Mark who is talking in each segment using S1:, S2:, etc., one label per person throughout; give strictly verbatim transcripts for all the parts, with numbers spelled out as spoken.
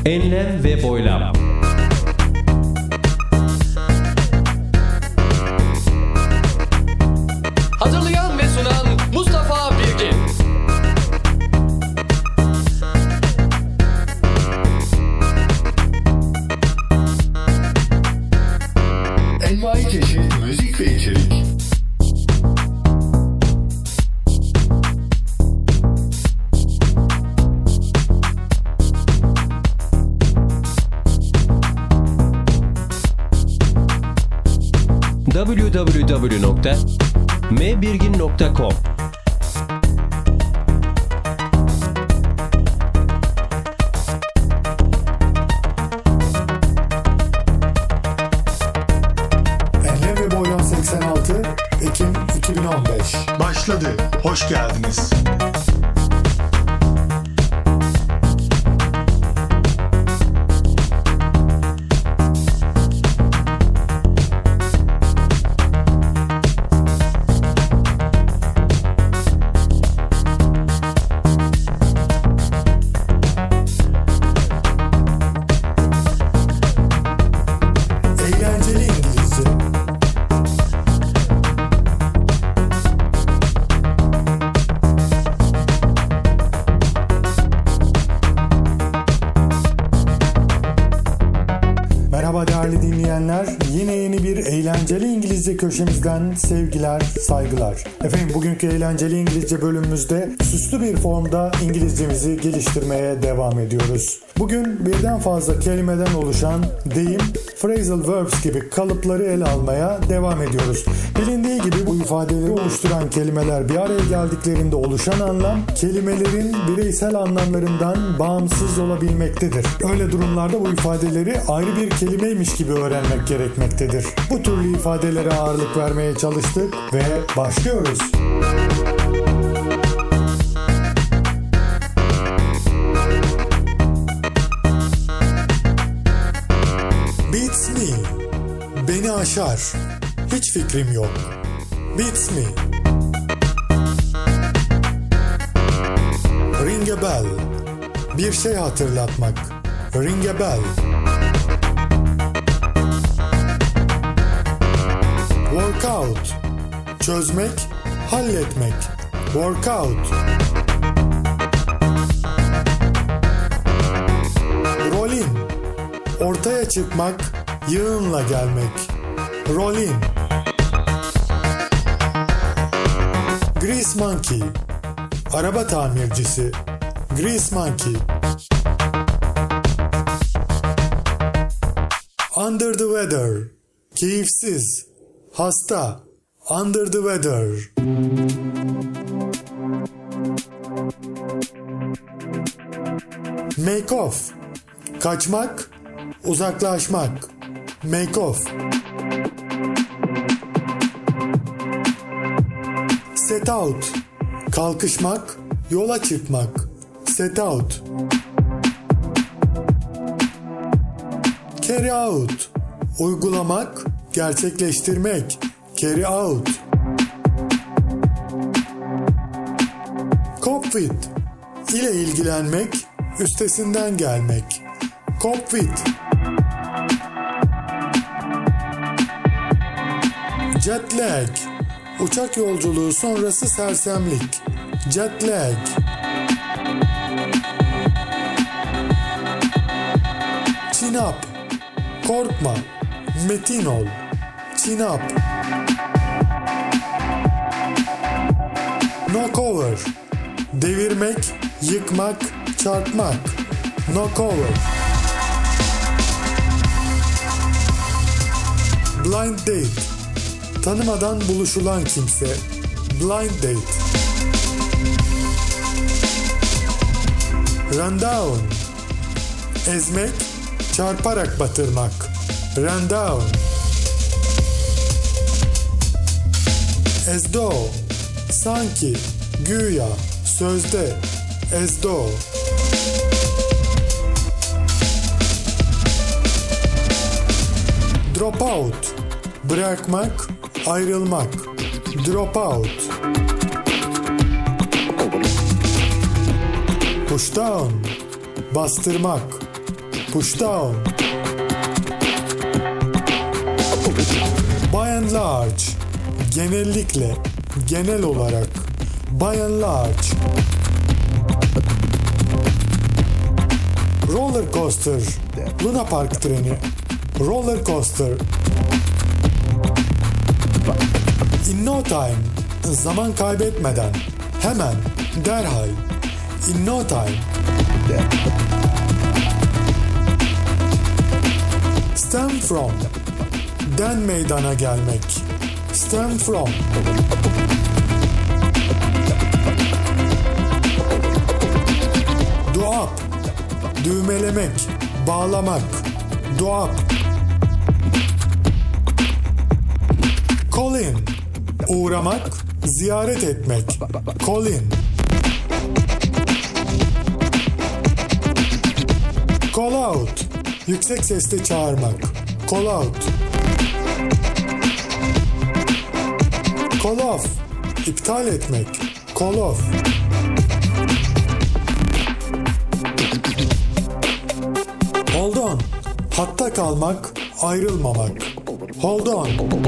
S1: Enlem ve boylam.
S2: Hazırlayan ve sunan Mustafa Birgin.
S3: Envai çeşit müzik ve içerik.
S1: double-u double-u double-u nokta m birgin nokta com
S4: Enlem ve Boylam seksen altı Ekim iki bin on beş.
S3: Başladı. Hoş geldiniz.
S4: Eğlenceli İngilizce. Merhaba değerli dinleyenler. Yine yeni bir eğlenceli İngilizce köşemizden sevgiler, saygılar. Efendim bugünkü eğlenceli İngilizce bölümümüzde süslü bir formda İngilizcemizi geliştirmeye devam ediyoruz. Bugün birden fazla kelimeden oluşan deyim, phrasal verbs gibi kalıpları ele almaya devam ediyoruz. Bilindiği gibi bu ifadeleri oluşturan kelimeler bir araya geldiklerinde oluşan anlam, kelimelerin bireysel anlamlarından bağımsız olabilmektedir. Öyle durumlarda bu ifadeleri ayrı bir kelimeymiş gibi öğrenmek gerekmektedir. Bu türlü ifadelere ağırlık vermeye çalıştık ve başlıyoruz. Beats me. Beni aşar. Hiç fikrim yok. Beats me. Ring a bell. Bir şey hatırlatmak. Ring a bell. Workout. Çözmek, halletmek. Workout. Roll in. Ortaya çıkmak, yığınla gelmek. Roll in. Grease monkey. Araba tamircisi. Grease monkey. Under the weather. Keyifsiz. Hasta. Under the weather. Make off. Kaçmak, uzaklaşmak. Make off. Set out. Kalkışmak, yola çıkmak. Set out. Carry out. Uygulamak, gerçekleştirmek. Carry out. Cope with. İle ilgilenmek, üstesinden gelmek. Cope with. Jet lag. Uçak yolculuğu sonrası sersemlik. Jet lag. Chin up. Korkma. Metin ol. Chin up. Knock over. Devirmek, yıkmak, çarpmak. Knock over. Blind date. Tanımadan buluşulan kimse. Blind date. Run down. Ezmek, çarparak batırmak. Run down. As though. Sanki, güya, sözde. As though. Drop out. Bırakmak, ayrılmak. Drop out. Push down. Bastırmak. push down. By and large, genellikle, genel olarak. By and large. Roller coaster, Luna Park treni. Roller coaster. In no time, zaman kaybetmeden, hemen, derhal. In no time. Stem from, den meydana gelmek. Stem from. Do up, düğmelemek, bağlamak. Do up. Call in, uğramak, ziyaret etmek. Call in. Call out, yüksek sesle çağırmak. Call out. Call off, iptal etmek. Call off. Hold on, hatta kalmak, ayrılmamak. Hold on.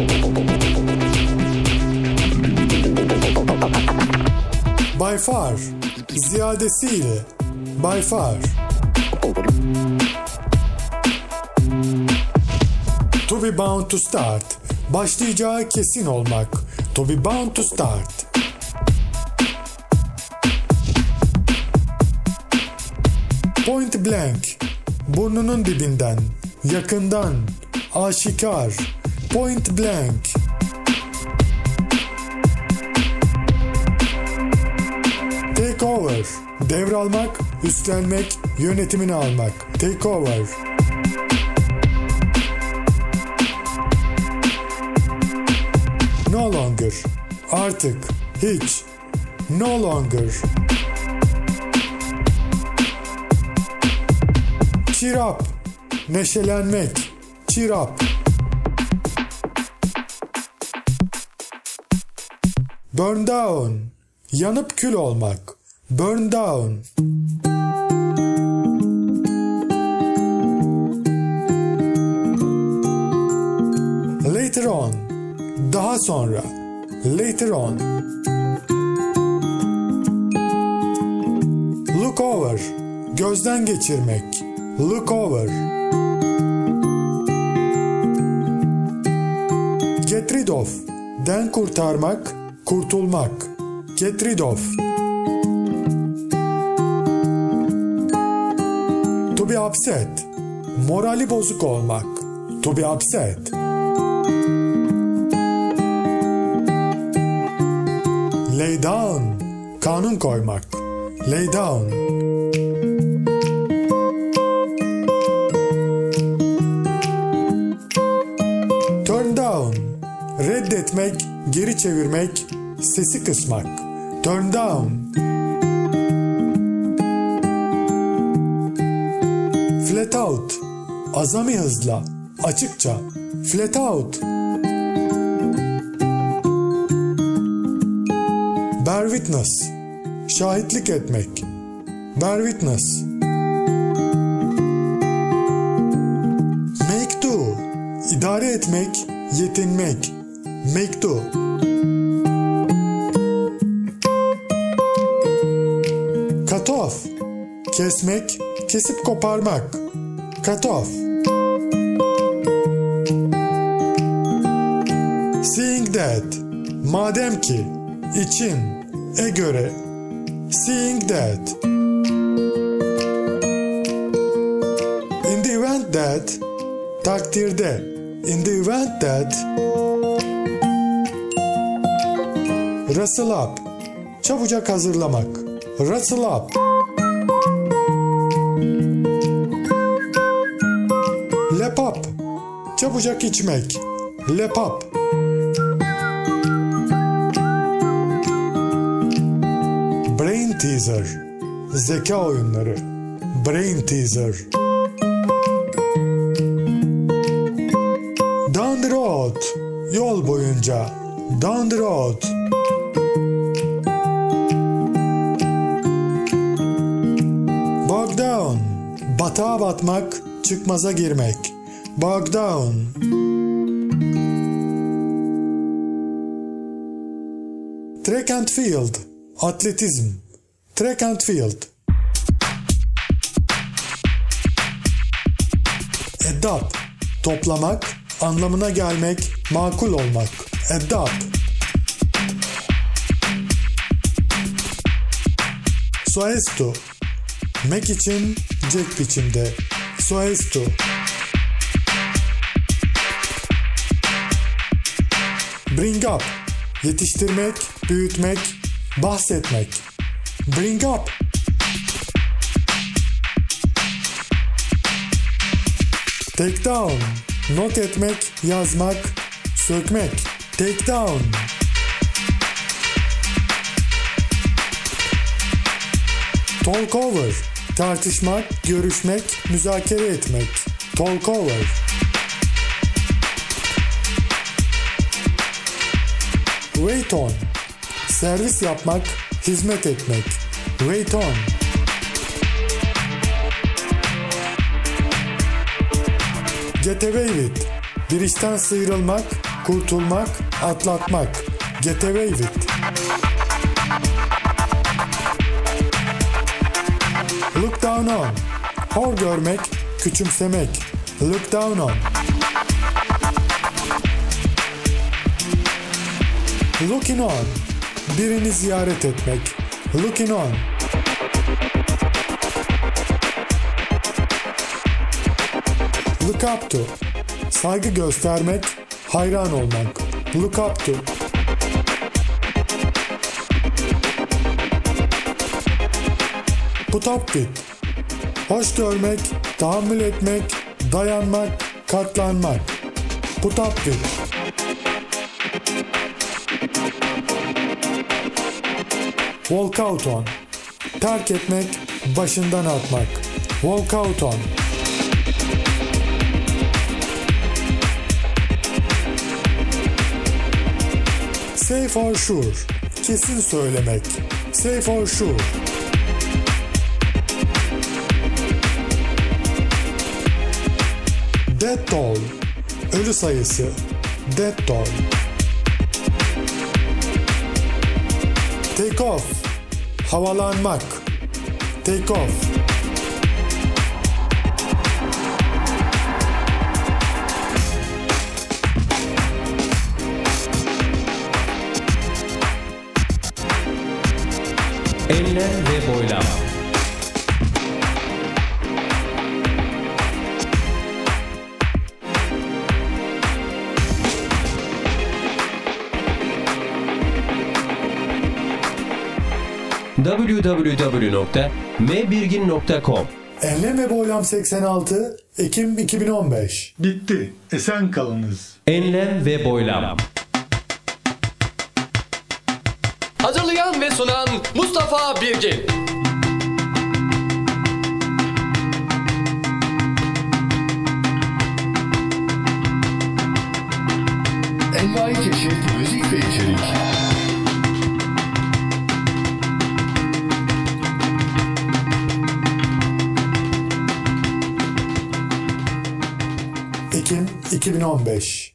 S4: By far, ziyadesiyle. By far. To be bound to start, başlayacağı kesin olmak. To be bound to start. Point blank, burnunun dibinden, yakından, aşikar. Point blank. Take over, devralmak, üstlenmek, yönetimini almak. Take over. No longer, artık, hiç. No longer. Cheer up, neşelenmek. Cheer up. Burn down, yanıp kül olmak. Burn down. Later on, daha sonra. Later on. Look over, gözden geçirmek. Look over. Get rid of, den kurtarmak, kurtulmak. Get rid of. To be upset, morali bozuk olmak. To be upset. Lay down, kanun koymak. Lay down. Turn down, reddetmek, geri çevirmek, sesi kısmak. Turn down. Flat out, azami hızla, açıkça. Flat out. Bear witness, şahitlik etmek. Bear witness. Make do, idare etmek, yetinmek. Make do. Cut off, kesmek, kesip koparmak. Cut off. Seeing that, madem ki, için, e göre. Seeing that. In the event that, takdirde. In the event that. Rustle up, çabucak hazırlamak. Rustle up. Lap up, çabucak içmek. Lap up. Brain teaser, zeka oyunları. Brain teaser. Down the road, yol boyunca. Down the road. Bog down, batağa batmak, çıkmaza girmek. Bog down. Track and field, atletizm. Track and field. Adapt, toplamak, anlamına gelmek, makul olmak. Adapt. So as to, make için jack biçimde. So as to. Bring up, yetiştirmek, büyütmek, bahsetmek. Bring up. Take down, not etmek, yazmak, sökmek. Take down. Talk over, tartışmak, görüşmek, müzakere etmek. Talk over. Wait on, servis yapmak, hizmet etmek. Wait on. Get away with, bir işten sıyrılmak, kurtulmak, atlatmak. Get away with. Look down on, hor görmek, küçümsemek. Look down on. Looking on, birini ziyaret etmek. Looking on. Look up to, saygı göstermek, hayran olmak. Look up to. Put up with, hoş görmek, tahammül etmek, dayanmak, katlanmak. Put up with. Walk out on, terk etmek, başından atmak. Walk out on. Say for sure, kesin söylemek. Say for sure. Death toll, ölü sayısı. Death toll. Take off, havalanmak. Take off.
S1: Enlem ve boylam. double-u double-u double-u nokta m birgin nokta com
S4: Enlem ve Boylam seksen altı Ekim iki bin on beş.
S3: Bitti. Esen kalınız.
S1: Enlem ve boylam.
S2: Hazırlayan ve sunan Mustafa Birgin.
S3: Envai çeşit müzik ve içerik.
S4: Ekim iki bin on beş.